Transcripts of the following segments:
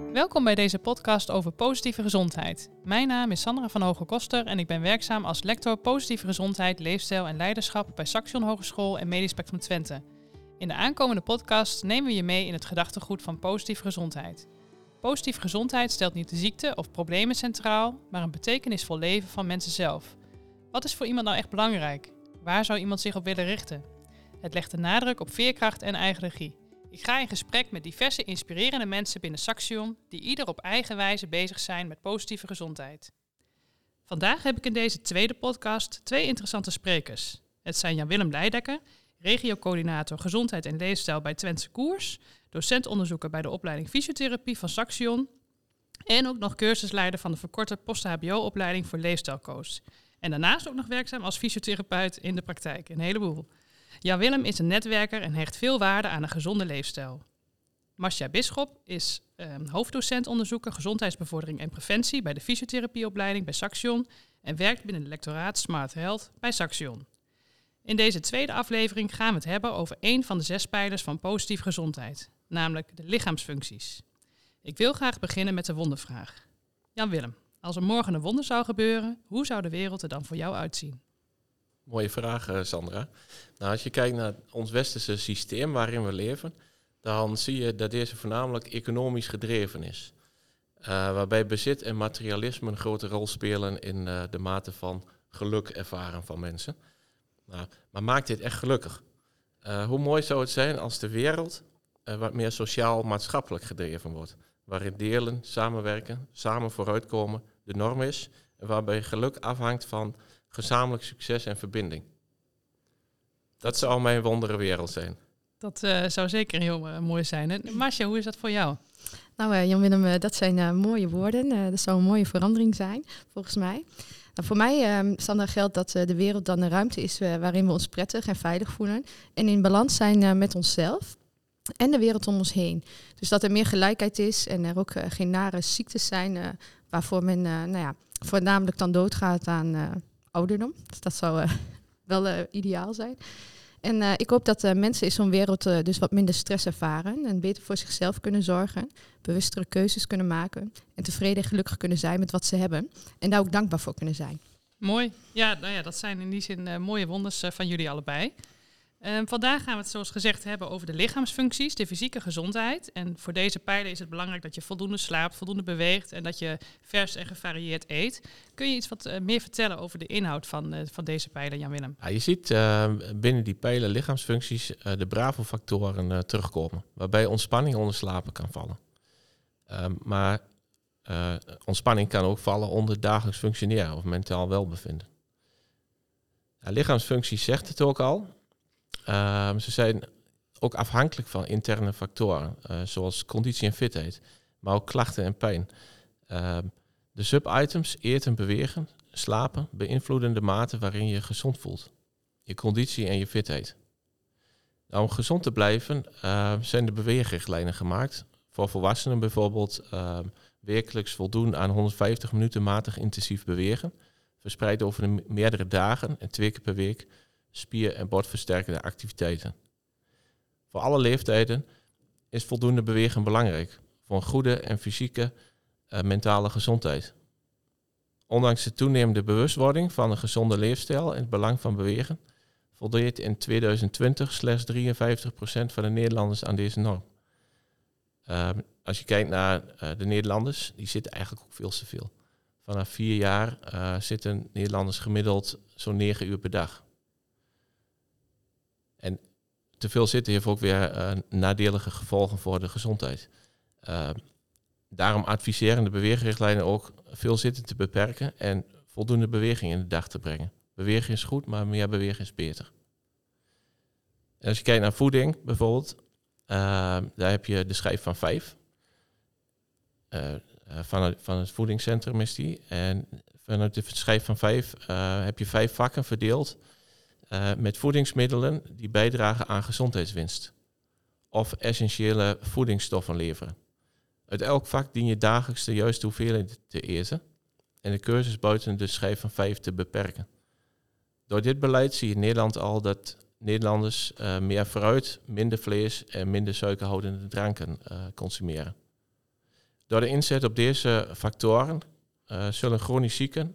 Welkom bij deze podcast over positieve gezondheid. Mijn naam is Sandra van Hoge-Koster en ik ben werkzaam als lector positieve gezondheid, leefstijl en leiderschap bij Saxion Hogeschool en Medisch Spectrum Twente. In de aankomende podcast nemen we je mee in het gedachtegoed van positieve gezondheid. Positieve gezondheid stelt niet de ziekte of problemen centraal, maar een betekenisvol leven van mensen zelf. Wat is voor iemand nou echt belangrijk? Waar zou iemand zich op willen richten? Het legt de nadruk op veerkracht en eigen regie. Ik ga in gesprek met diverse inspirerende mensen binnen Saxion die ieder op eigen wijze bezig zijn met positieve gezondheid. Vandaag heb ik in deze tweede podcast 2 interessante sprekers. Het zijn Jan-Willem Leidekker, regiocoördinator gezondheid en leefstijl bij Twentse Koers, docent-onderzoeker bij de opleiding fysiotherapie van Saxion en ook nog cursusleider van de verkorte post-HBO-opleiding voor leefstijlcoach. En daarnaast ook nog werkzaam als fysiotherapeut in de praktijk, een heleboel. Jan-Willem is een netwerker en hecht veel waarde aan een gezonde leefstijl. Marcia Bisschop is hoofddocent-onderzoeker gezondheidsbevordering en preventie bij de fysiotherapieopleiding bij Saxion en werkt binnen het lectoraat Smart Health bij Saxion. In deze tweede aflevering gaan we het hebben over een van de 6 pijlers van positieve gezondheid, namelijk de lichaamsfuncties. Ik wil graag beginnen met de wondervraag. Jan-Willem, als er morgen een wonder zou gebeuren, hoe zou de wereld er dan voor jou uitzien? Mooie vraag, Sandra. Nou, als je kijkt naar ons westerse systeem waarin we leven, dan zie je dat deze voornamelijk economisch gedreven is. Waarbij bezit en materialisme een grote rol spelen in de mate van geluk ervaren van mensen. Maar maakt dit echt gelukkig? Hoe mooi zou het zijn als de wereld wat meer sociaal-maatschappelijk gedreven wordt. Waarin delen, samenwerken, samen vooruitkomen de norm is. En waarbij geluk afhangt van gezamenlijk succes en verbinding. Dat zou mijn wondere wereld zijn. Dat zou zeker heel mooi zijn. En Marcia, hoe is dat voor jou? Nou, Jan-Willem, dat zijn mooie woorden. Dat zou een mooie verandering zijn, volgens mij. Nou, voor mij, Sandra, geldt dat de wereld dan een ruimte is waarin we ons prettig en veilig voelen. En in balans zijn met onszelf en de wereld om ons heen. Dus dat er meer gelijkheid is en er ook geen nare ziektes zijn waarvoor men voornamelijk dan doodgaat aan ouderdom. Dus dat zou wel ideaal zijn. En ik hoop dat mensen in zo'n wereld dus wat minder stress ervaren en beter voor zichzelf kunnen zorgen, bewustere keuzes kunnen maken en tevreden en gelukkig kunnen zijn met wat ze hebben en daar ook dankbaar voor kunnen zijn. Mooi. Ja, nou ja, dat zijn in die zin mooie wonders van jullie allebei. Vandaag gaan we het zoals gezegd hebben over de lichaamsfuncties, de fysieke gezondheid. En voor deze pijler is het belangrijk dat je voldoende slaapt, voldoende beweegt en dat je vers en gevarieerd eet. Kun je iets wat meer vertellen over de inhoud van deze pijler, Jan-Willem? Ja, je ziet binnen die pijler lichaamsfuncties de Bravo-factoren terugkomen. Waarbij ontspanning onder slapen kan vallen. Maar ontspanning kan ook vallen onder dagelijks functioneren of mentaal welbevinden. Ja, lichaamsfuncties zegt het ook al. Ze zijn ook afhankelijk van interne factoren, zoals conditie en fitheid, maar ook klachten en pijn. De sub-items, eten, bewegen, slapen, beïnvloeden de mate waarin je gezond voelt. Je conditie en je fitheid. Nou, om gezond te blijven zijn de beweegrichtlijnen gemaakt. Voor volwassenen bijvoorbeeld wekelijks voldoen aan 150 minuten matig intensief bewegen, verspreid over meerdere dagen en 2 keer per week. Spier- en botversterkende activiteiten. Voor alle leeftijden is voldoende bewegen belangrijk voor een goede en fysieke mentale gezondheid. Ondanks de toenemende bewustwording van een gezonde leefstijl en het belang van bewegen, voldeed in 2020 slechts 53% van de Nederlanders aan deze norm. Als je kijkt naar de Nederlanders, die zitten eigenlijk ook veel te veel. Vanaf 4 jaar zitten Nederlanders gemiddeld zo'n 9 uur per dag. En te veel zitten heeft ook weer nadelige gevolgen voor de gezondheid. Daarom adviseren de beweegrichtlijnen ook veel zitten te beperken en voldoende beweging in de dag te brengen. Bewegen is goed, maar meer bewegen is beter. En als je kijkt naar voeding bijvoorbeeld, daar heb je de schijf van 5. Van het voedingscentrum is die. En vanuit de schijf van 5 heb je 5 vakken verdeeld. Met voedingsmiddelen die bijdragen aan gezondheidswinst of essentiële voedingsstoffen leveren. Uit elk vak dien je dagelijks de juiste hoeveelheid te eten en de cursus buiten de schijf van 5 te beperken. Door dit beleid zie je in Nederland al dat Nederlanders meer fruit, minder vlees en minder suikerhoudende dranken consumeren. Door de inzet op deze factoren zullen chronisch zieken,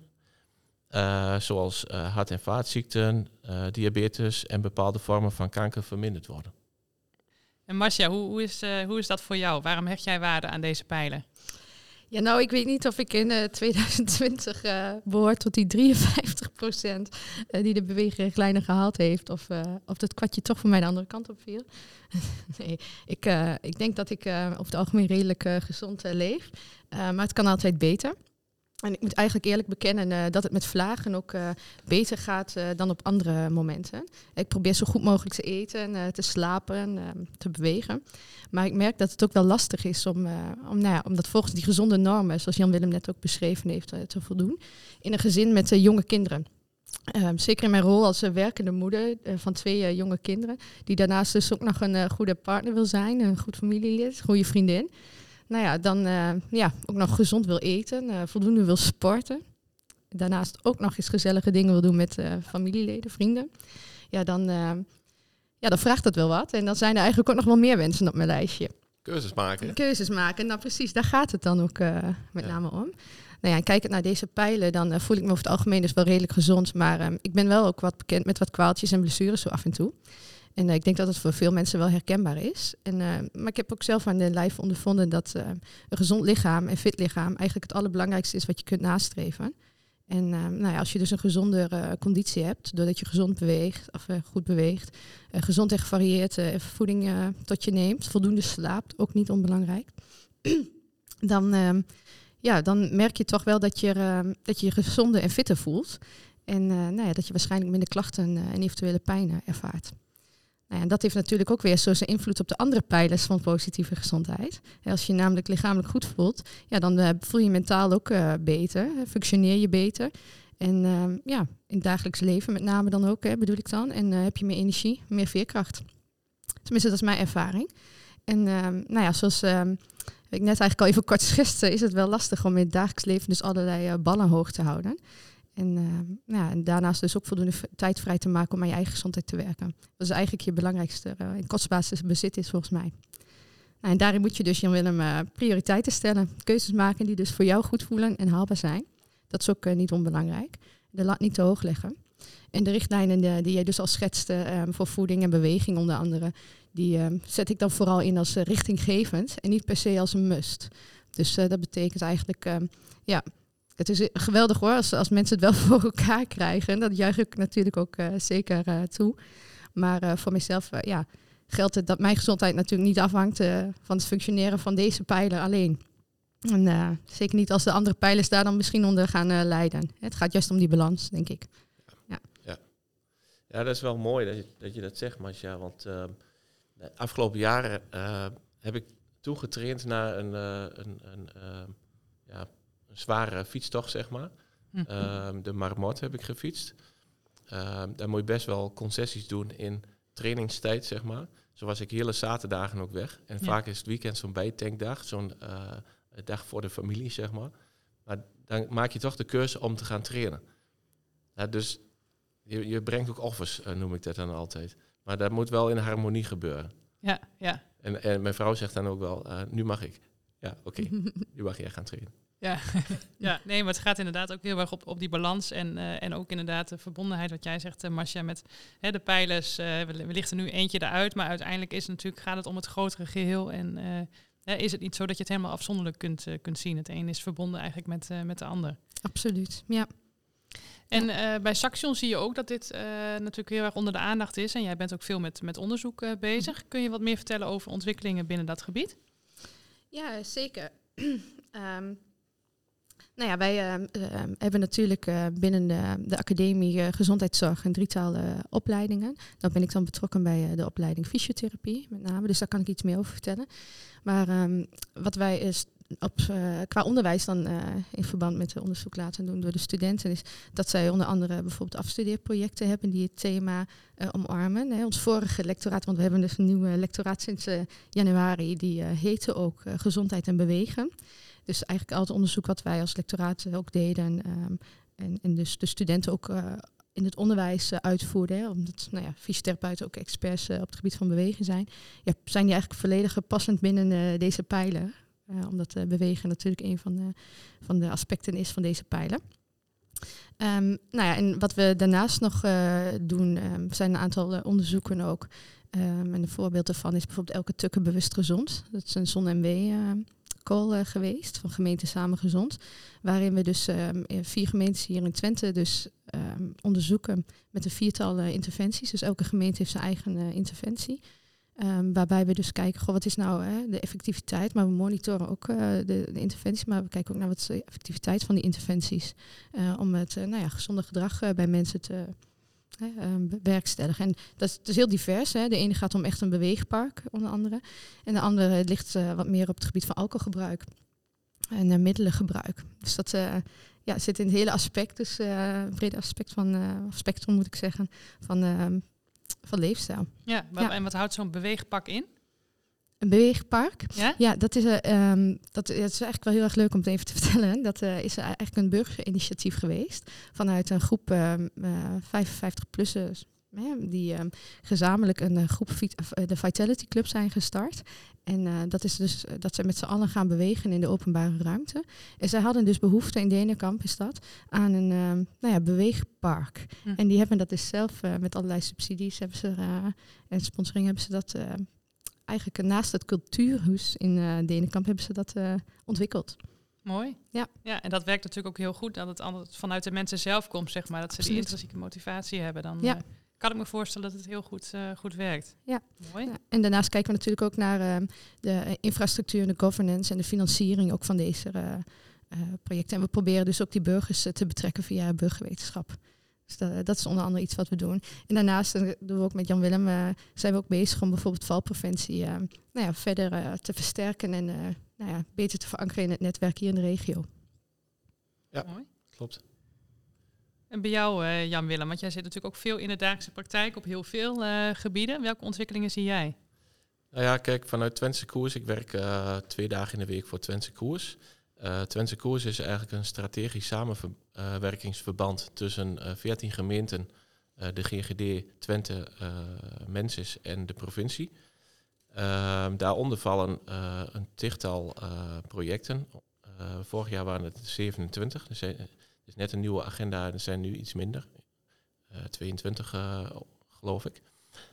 zoals hart- en vaatziekten, diabetes en bepaalde vormen van kanker verminderd worden. En Marcia, hoe is dat voor jou? Waarom hecht jij waarde aan deze pijlen? Ja, nou, ik weet niet of ik in 2020 behoor tot die 53% die de beweegrichtlijnen gehaald heeft. Of dat kwartje toch voor mij de andere kant op viel. Nee, ik denk dat ik over het algemeen redelijk gezond leef. Maar het kan altijd beter. En ik moet eigenlijk eerlijk bekennen dat het met vlagen ook beter gaat dan op andere momenten. Ik probeer zo goed mogelijk te eten, te slapen, te bewegen. Maar ik merk dat het ook wel lastig is om dat volgens die gezonde normen, zoals Jan-Willem net ook beschreven heeft, te voldoen. In een gezin met jonge kinderen. Zeker in mijn rol als werkende moeder van 2 jonge kinderen. Die daarnaast dus ook nog een goede partner wil zijn, een goed familielid, een goede vriendin. Nou ja, dan ook nog gezond wil eten, voldoende wil sporten. Daarnaast ook nog eens gezellige dingen wil doen met familieleden, vrienden. Ja, dan vraagt dat wel wat. En dan zijn er eigenlijk ook nog wel meer wensen op mijn lijstje. Keuzes maken. Nou precies, daar gaat het dan ook met name om. Nou ja, kijkend naar deze pijlen, dan voel ik me over het algemeen dus wel redelijk gezond. Maar ik ben wel ook wat bekend met wat kwaaltjes en blessures zo af en toe. En ik denk dat het voor veel mensen wel herkenbaar is. Maar ik heb ook zelf aan de lijf ondervonden dat een gezond lichaam en fit lichaam eigenlijk het allerbelangrijkste is wat je kunt nastreven. En als je dus een gezondere conditie hebt, doordat je gezond beweegt, of goed beweegt, gezond en gevarieerd voeding tot je neemt, voldoende slaapt, ook niet onbelangrijk, dan merk je toch wel dat je je gezonder en fitter voelt. En dat je waarschijnlijk minder klachten en eventuele pijnen ervaart. En dat heeft natuurlijk ook weer zo zijn invloed op de andere pijlers van positieve gezondheid. Als je namelijk lichamelijk goed voelt, dan voel je mentaal ook beter, functioneer je beter. En in het dagelijks leven met name dan ook, bedoel ik dan. En heb je meer energie, meer veerkracht. Tenminste, dat is mijn ervaring. En zoals ik net eigenlijk al even kort schetste, is het wel lastig om in het dagelijks leven dus allerlei ballen hoog te houden. En daarnaast dus ook voldoende tijd vrij te maken om aan je eigen gezondheid te werken. Dat is eigenlijk je belangrijkste en kostbaarste bezit is volgens mij. En daarin moet je dus, Jan-Willem, prioriteiten stellen. Keuzes maken die dus voor jou goed voelen en haalbaar zijn. Dat is ook niet onbelangrijk. De lat niet te hoog leggen. En de richtlijnen die jij dus al schetste voor voeding en beweging onder andere, die zet ik dan vooral in als richtinggevend en niet per se als een must. Dus dat betekent eigenlijk, het is geweldig hoor, als mensen het wel voor elkaar krijgen. Dat juich ik natuurlijk ook zeker toe. Maar voor mezelf geldt het dat mijn gezondheid natuurlijk niet afhangt van het functioneren van deze pijler alleen. En zeker niet als de andere pijlers daar dan misschien onder gaan lijden. Het gaat juist om die balans, denk ik. Ja, dat is wel mooi dat je dat zegt, Marcia. Want de afgelopen jaren heb ik toegetraind naar een zware fietstocht, zeg maar. De Marmot heb ik gefietst. Daar moet je best wel concessies doen in trainingstijd, zeg maar. Zo was ik hele zaterdagen ook weg. En vaak is het weekend zo'n bijtankdag, zo'n dag voor de familie, zeg maar. Maar dan maak je toch de keuze om te gaan trainen. Ja, dus je brengt ook offers, noem ik dat dan altijd. Maar dat moet wel in harmonie gebeuren. Ja. En mijn vrouw zegt dan ook wel, nu mag ik. Ja, oké, nu mag jij gaan trainen. Ja, nee, maar het gaat inderdaad ook heel erg op die balans en ook inderdaad de verbondenheid, wat jij zegt, Marcia, met de pijlers. We lichten nu eentje eruit, maar uiteindelijk gaat het om het grotere geheel en is het niet zo dat je het helemaal afzonderlijk kunt zien. Het een is verbonden eigenlijk met de ander. Absoluut, ja. En bij Saxion zie je ook dat dit natuurlijk heel erg onder de aandacht is en jij bent ook veel met onderzoek bezig. Kun je wat meer vertellen over ontwikkelingen binnen dat gebied? Ja, zeker. Wij hebben natuurlijk binnen de academie gezondheidszorg een 3-tal opleidingen. Dan ben ik dan betrokken bij de opleiding fysiotherapie met name, dus daar kan ik iets meer over vertellen. Maar wat wij qua onderwijs dan in verband met het onderzoek laten doen door de studenten is dat zij onder andere bijvoorbeeld afstudeerprojecten hebben die het thema omarmen. Ons vorige lectoraat, want we hebben dus een nieuwe lectoraat sinds januari, die heette ook gezondheid en bewegen. Dus eigenlijk al het onderzoek wat wij als lectoraat ook deden en dus de studenten ook in het onderwijs uitvoerden, omdat fysiotherapeuten ook experts op het gebied van bewegen zijn, zijn die eigenlijk volledig passend binnen deze pijler. Omdat bewegen natuurlijk een van de aspecten is van deze pijler. En wat we daarnaast nog doen, zijn een aantal onderzoeken ook. En een voorbeeld daarvan is bijvoorbeeld Elke Tukker Bewust Gezond. Dat is een Zon-MW-call geweest van Gemeente Samen Gezond. Waarin we dus 4 gemeentes hier in Twente dus onderzoeken met een 4-tal interventies. Dus elke gemeente heeft zijn eigen interventie. Waarbij we dus kijken, wat is nou de effectiviteit. Maar we monitoren ook de interventies. Maar we kijken ook naar wat is de effectiviteit van die interventies. Om het gezonde gedrag bij mensen te bewerkstelligen. En dat is heel divers. Hè. De ene gaat om echt een beweegpark, onder andere. En de andere ligt wat meer op het gebied van alcoholgebruik. En middelengebruik. Dus dat zit in het hele aspect. Dus een brede aspect van spectrum, moet ik zeggen. Van leefstijl. Ja, en wat houdt zo'n beweegpak in? Een beweegpark? Ja? Ja, dat is eigenlijk wel heel erg leuk om het even te vertellen. Dat is eigenlijk een burgerinitiatief geweest. Vanuit een groep 55-plussers. Die gezamenlijk een groep de Vitality Club zijn gestart. En dat is dus dat ze met z'n allen gaan bewegen in de openbare ruimte. En zij hadden dus behoefte, in Denenkamp is dat, aan een beweegpark. En die hebben dat dus zelf met allerlei subsidies en sponsoring hebben ze dat eigenlijk naast het cultuurhuis in Denenkamp hebben ze dat ontwikkeld. Mooi. Ja, en dat werkt natuurlijk ook heel goed dat het altijd vanuit de mensen zelf komt, zeg maar. Dat ze die intrinsieke motivatie hebben. Dan kan ik me voorstellen dat het heel goed werkt. Ja. Mooi. Ja. En daarnaast kijken we natuurlijk ook naar de infrastructuur, de governance en de financiering ook van deze projecten. En we proberen dus ook die burgers te betrekken via burgerwetenschap. Dus dat is onder andere iets wat we doen. En daarnaast doen we ook met Jan Willem, zijn we ook bezig om bijvoorbeeld valpreventie verder te versterken en beter te verankeren in het netwerk hier in de regio. Ja, mooi. Klopt. En bij jou, Jan Willem, want jij zit natuurlijk ook veel in de dagelijkse praktijk op heel veel gebieden. Welke ontwikkelingen zie jij? Nou ja, kijk, vanuit Twentse Koers, ik werk 2 dagen in de week voor Twentse Koers. Twentse Koers is eigenlijk een strategisch samenwerkingsverband tussen 14 gemeenten, de GGD, Twente, Mensis en de provincie. Daaronder vallen een 10-tal projecten. Vorig jaar waren het 27, dus het is net een nieuwe agenda en er zijn nu iets minder. 22 geloof ik.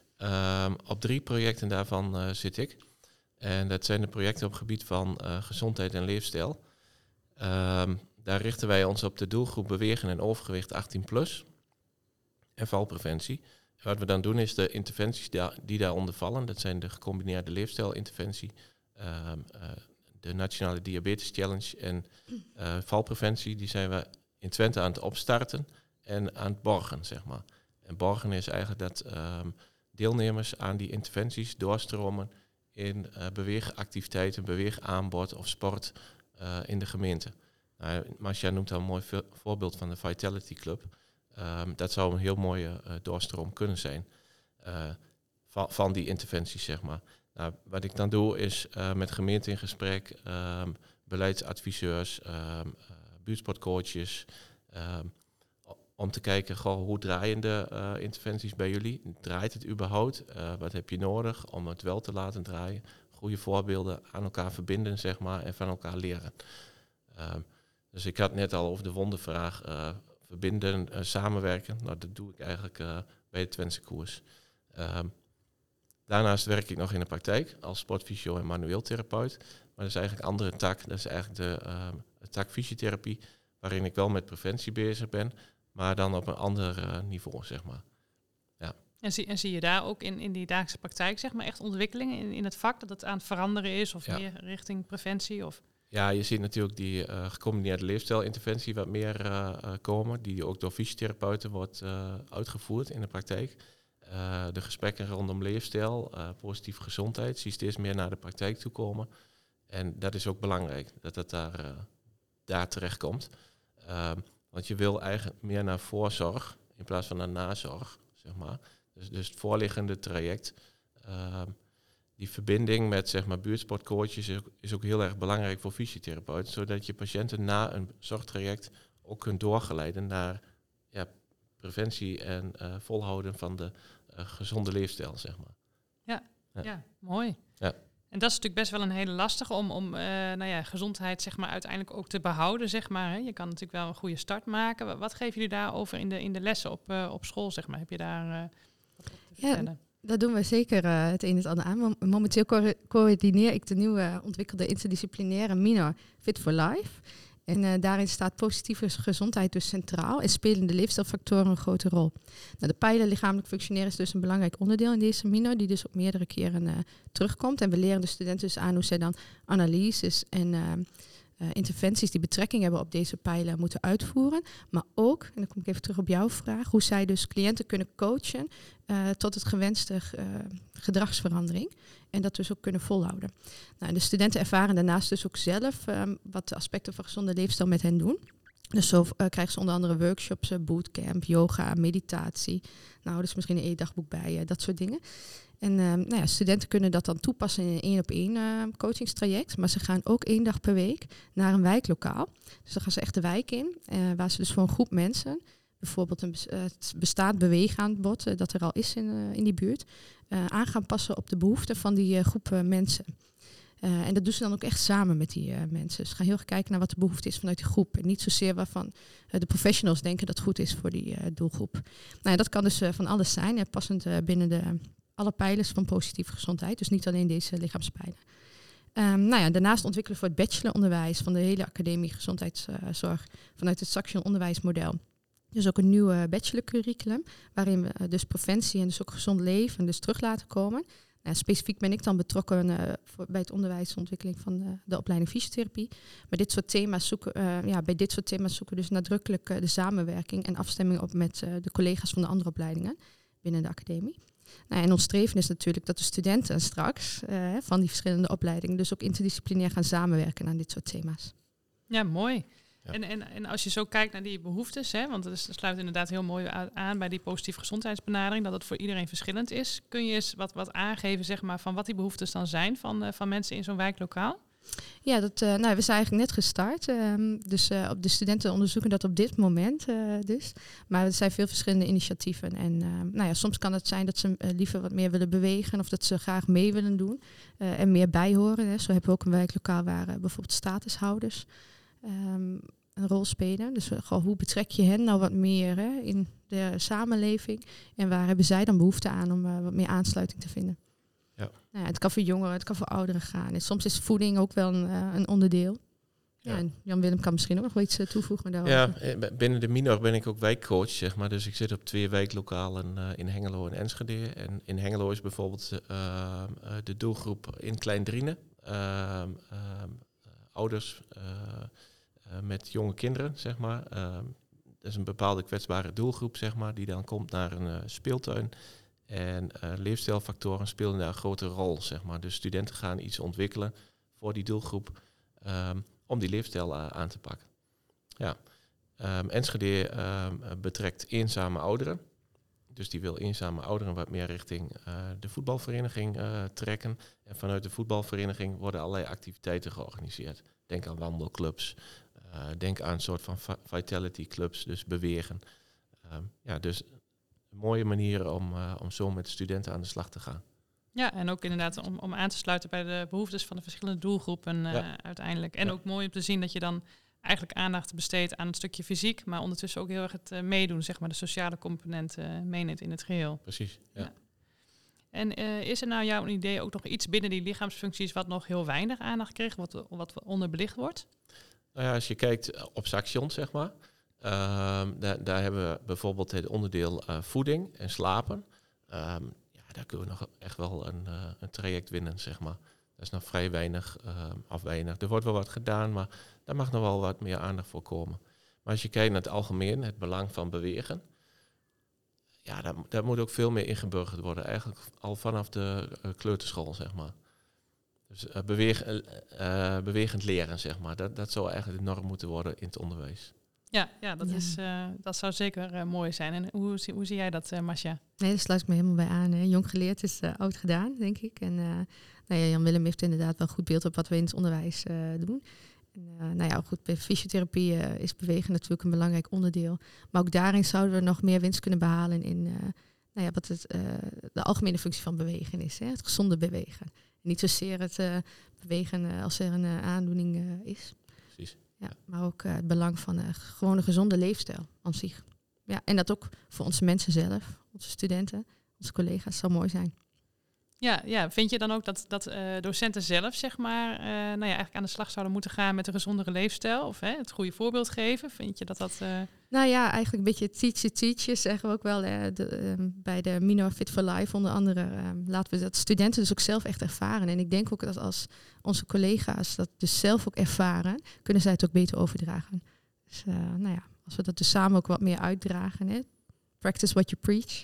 Op 3 projecten daarvan zit ik. En dat zijn de projecten op het gebied van gezondheid en leefstijl. Daar richten wij ons op de doelgroep bewegen en overgewicht 18+ en valpreventie. En wat we dan doen is de interventies die daaronder vallen. Dat zijn de gecombineerde leefstijlinterventie, de Nationale Diabetes Challenge en valpreventie. Die zijn we in Twente aan het opstarten en aan het borgen, zeg maar. En borgen is eigenlijk dat deelnemers aan die interventies doorstromen in beweegactiviteiten, beweegaanbod of sport in de gemeente. Marcia noemt daar een mooi voorbeeld van de Vitality Club. Dat zou een heel mooie doorstroom kunnen zijn van die interventies, zeg maar. Nou, wat ik dan doe is met gemeenten in gesprek, beleidsadviseurs, buurtsportcoaches, om te kijken, hoe draaien de interventies bij jullie? Draait het überhaupt? Wat heb je nodig om het wel te laten draaien? Goede voorbeelden aan elkaar verbinden, zeg maar, en van elkaar leren. Dus ik had net al over de wondervraag, verbinden, samenwerken. Nou, dat doe ik eigenlijk bij de Twentse Koers. Daarnaast werk ik nog in de praktijk als sportfysio en manueel therapeut. Maar dat is eigenlijk een andere tak. Dat is eigenlijk de tak fysiotherapie, waarin ik wel met preventie bezig ben, maar dan op een ander niveau, zeg maar. Ja. En zie je daar ook in die dagelijkse praktijk, zeg maar, echt ontwikkelingen in het vak, dat het aan het veranderen is of meer richting preventie? Of? Ja, je ziet natuurlijk die gecombineerde leefstijlinterventie wat meer komen, die ook door fysiotherapeuten wordt uitgevoerd in de praktijk. De gesprekken rondom leefstijl, positieve gezondheid, zie je steeds meer naar de praktijk toe komen. En dat is ook belangrijk, dat het daar terecht komt. Want je wil eigenlijk meer naar voorzorg in plaats van naar nazorg, zeg maar. Dus het voorliggende traject. Die verbinding met, zeg maar, buurtsportcoaches is ook heel erg belangrijk voor fysiotherapeuten, zodat je patiënten na een zorgtraject ook kunt doorgeleiden naar preventie en volhouden van de gezonde leefstijl, zeg maar. Ja, mooi. Ja. En dat is natuurlijk best wel een hele lastige om gezondheid zeg maar uiteindelijk ook te behouden, zeg maar. Hè. Je kan natuurlijk wel een goede start maken. Wat geven jullie daarover in de lessen op school, zeg maar? Heb je daar wat op te vertellen? Dat doen we zeker het een en het ander aan. Momenteel coördineer ik de nieuwe ontwikkelde interdisciplinaire minor Fit for Life. En daarin staat positieve gezondheid dus centraal en spelen de leefstijlfactoren een grote rol. Nou, de pijler lichamelijk functioneren is dus een belangrijk onderdeel in deze minor, die dus op meerdere keren terugkomt. En we leren de studenten dus aan hoe zij dan analyses en interventies die betrekking hebben op deze pijlen moeten uitvoeren. Maar ook, en dan kom ik even terug op jouw vraag, hoe zij dus cliënten kunnen coachen tot het gewenste gedragsverandering. En dat dus ook kunnen volhouden. Nou, de studenten ervaren daarnaast dus ook zelf wat de aspecten van gezonde leefstijl met hen doen. Dus zo krijgen ze onder andere workshops, bootcamp, yoga, meditatie. Nou, er is misschien een e-dagboek bij, dat soort dingen. En studenten kunnen dat dan toepassen in een 1-op-1 coachingstraject. Maar ze gaan ook 1 dag per week naar een wijklokaal. Dus dan gaan ze echt de wijk in, waar ze dus voor een groep mensen, bijvoorbeeld het bestaand beweegaanbod dat er al is in die buurt, aan gaan passen op de behoeften van die groep mensen. En dat doen ze dan ook echt samen met die mensen. Ze gaan heel erg kijken naar wat de behoefte is vanuit die groep. En niet zozeer waarvan de professionals denken dat het goed is voor die doelgroep. Nou ja, dat kan dus van alles zijn. Passend binnen alle pijlers van positieve gezondheid. Dus niet alleen deze lichaamspijlen. Daarnaast ontwikkelen we voor het bacheloronderwijs van de hele academie gezondheidszorg vanuit het Saxion onderwijsmodel. Dus ook een nieuwe bachelorcurriculum, waarin we dus preventie en dus ook gezond leven dus terug laten komen. Specifiek ben ik dan betrokken bij het onderwijsontwikkeling van de opleiding fysiotherapie. Bij dit soort thema's zoeken we dus nadrukkelijk de samenwerking en afstemming op met de collega's van de andere opleidingen binnen de academie. En ons streven is natuurlijk dat de studenten straks van die verschillende opleidingen dus ook interdisciplinair gaan samenwerken aan dit soort thema's. Ja, mooi. Ja. En als je zo kijkt naar die behoeftes, want dat sluit inderdaad heel mooi aan bij die positieve gezondheidsbenadering, dat het voor iedereen verschillend is. Kun je eens wat aangeven, zeg maar, van wat die behoeftes dan zijn van mensen in zo'n wijklokaal? Ja, we zijn eigenlijk net gestart. Op de studenten onderzoeken dat op dit moment dus. Maar er zijn veel verschillende initiatieven. En soms kan het zijn dat ze liever wat meer willen bewegen of dat ze graag mee willen doen en meer bijhoren. Hè. Zo hebben we ook een wijklokaal waar bijvoorbeeld statushouders een rol spelen. Dus hoe betrek je hen nou wat meer in de samenleving en waar hebben zij dan behoefte aan om wat meer aansluiting te vinden? Ja. Het kan voor jongeren, het kan voor ouderen gaan. En soms is voeding ook wel een onderdeel. Ja. En Jan-Willem kan misschien ook nog wel iets toevoegen daarover. Ja, binnen de minor ben ik ook wijkcoach, zeg maar. Dus ik zit op 2 wijklokalen in Hengelo en Enschede. En in Hengelo is bijvoorbeeld de doelgroep in Klein Drienen. Ouders met jonge kinderen, zeg maar. Dat is een bepaalde kwetsbare doelgroep, zeg maar, die dan komt naar een speeltuin. En leefstijlfactoren spelen daar een grote rol, zeg maar. Dus studenten gaan iets ontwikkelen voor die doelgroep om die leefstijl aan te pakken. Ja. Enschede betrekt eenzame ouderen. Dus die wil eenzame ouderen wat meer richting de voetbalvereniging trekken. En vanuit de voetbalvereniging worden allerlei activiteiten georganiseerd. Denk aan wandelclubs. Denk aan een soort van vitality clubs, dus bewegen. Dus een mooie manier om zo met de studenten aan de slag te gaan. Ja, en ook inderdaad om aan te sluiten bij de behoeftes van de verschillende doelgroepen uiteindelijk. En ook mooi om te zien dat je dan eigenlijk aandacht besteedt aan het stukje fysiek, maar ondertussen ook heel erg het meedoen, zeg maar, de sociale component meeneemt in het geheel. Precies, ja. En is er nou jouw idee ook nog iets binnen die lichaamsfuncties wat nog heel weinig aandacht kreeg, wat onderbelicht wordt? Nou ja, als je kijkt op Saxion, zeg maar, daar hebben we bijvoorbeeld het onderdeel voeding en slapen. Daar kunnen we nog echt wel een traject winnen, zeg maar. Dat is nog vrij weinig afweinig. Er wordt wel wat gedaan, maar daar mag nog wel wat meer aandacht voor komen. Maar als je kijkt naar het algemeen, het belang van bewegen, ja, daar moet ook veel meer ingeburgerd worden. Eigenlijk al vanaf de kleuterschool, zeg maar. Dus bewegend leren, zeg maar. Dat zou eigenlijk de norm moeten worden in het onderwijs. Ja, dat zou zeker mooi zijn. En hoe zie jij dat, Masja? Nee, daar sluit ik me helemaal bij aan. Hè. Jong geleerd is oud gedaan, denk ik. En Jan-Willem heeft inderdaad wel goed beeld op wat we in het onderwijs doen. Bij fysiotherapie is bewegen natuurlijk een belangrijk onderdeel. Maar ook daarin zouden we nog meer winst kunnen behalen in wat de algemene functie van bewegen is. Hè, het gezonde bewegen. Niet zozeer het bewegen als er een aandoening is. Precies. Ja, maar ook het belang van gewoon een gezonde leefstijl aan zich. Ja, en dat ook voor onze mensen zelf, onze studenten, onze collega's, zou mooi zijn. Ja, vind je dan ook dat docenten zelf, zeg maar, eigenlijk aan de slag zouden moeten gaan met een gezondere leefstijl? Of het goede voorbeeld geven? Vind je dat... Nou ja, eigenlijk een beetje teach, zeggen we ook wel. Bij de Mino Fit for Life onder andere laten we dat studenten dus ook zelf echt ervaren. En ik denk ook dat als onze collega's dat dus zelf ook ervaren, kunnen zij het ook beter overdragen. Dus als we dat dus samen ook wat meer uitdragen, practice what you preach,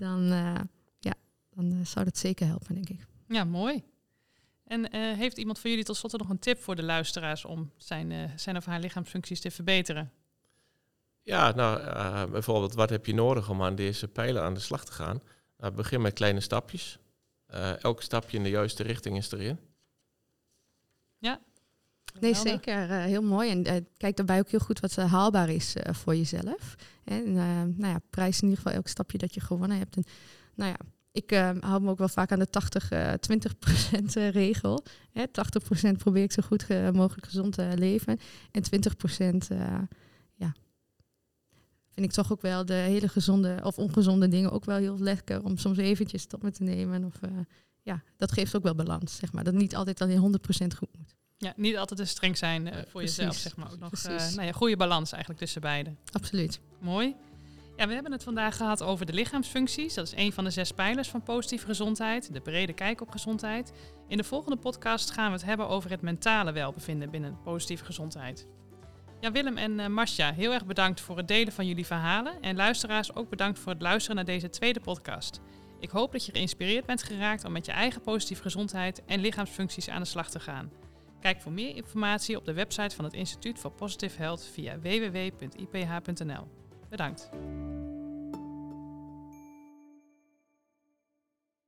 dan zou dat zeker helpen, denk ik. Ja, mooi. En heeft iemand van jullie tot slot nog een tip voor de luisteraars om zijn of haar lichaamsfuncties te verbeteren? Ja, bijvoorbeeld, wat heb je nodig om aan deze pijlen aan de slag te gaan? Begin met kleine stapjes. Elk stapje in de juiste richting is erin. Ja. Nee, zeker. Heel mooi. En kijk daarbij ook heel goed wat haalbaar is voor jezelf. En prijs in ieder geval elk stapje dat je gewonnen hebt. En ik hou me ook wel vaak aan de 80-20% regel. 80% probeer ik zo goed mogelijk gezond te leven. En 20% vind ik toch ook wel de hele gezonde of ongezonde dingen ook wel heel lekker om soms eventjes tot me te nemen. Of dat geeft ook wel balans, zeg maar. Dat niet altijd alleen 100% goed moet. Ja, niet altijd te streng zijn voor jezelf, zeg maar. Ook nog goede balans eigenlijk tussen beiden. Absoluut. Mooi. Ja, we hebben het vandaag gehad over de lichaamsfuncties. Dat is een van de 6 pijlers van positieve gezondheid. De brede kijk op gezondheid. In de volgende podcast gaan we het hebben over het mentale welbevinden binnen positieve gezondheid. Ja, Willem en Marcia, heel erg bedankt voor het delen van jullie verhalen. En luisteraars ook bedankt voor het luisteren naar deze tweede podcast. Ik hoop dat je geïnspireerd bent geraakt om met je eigen positieve gezondheid en lichaamsfuncties aan de slag te gaan. Kijk voor meer informatie op de website van het Instituut voor Positive Health via www.iph.nl. Bedankt.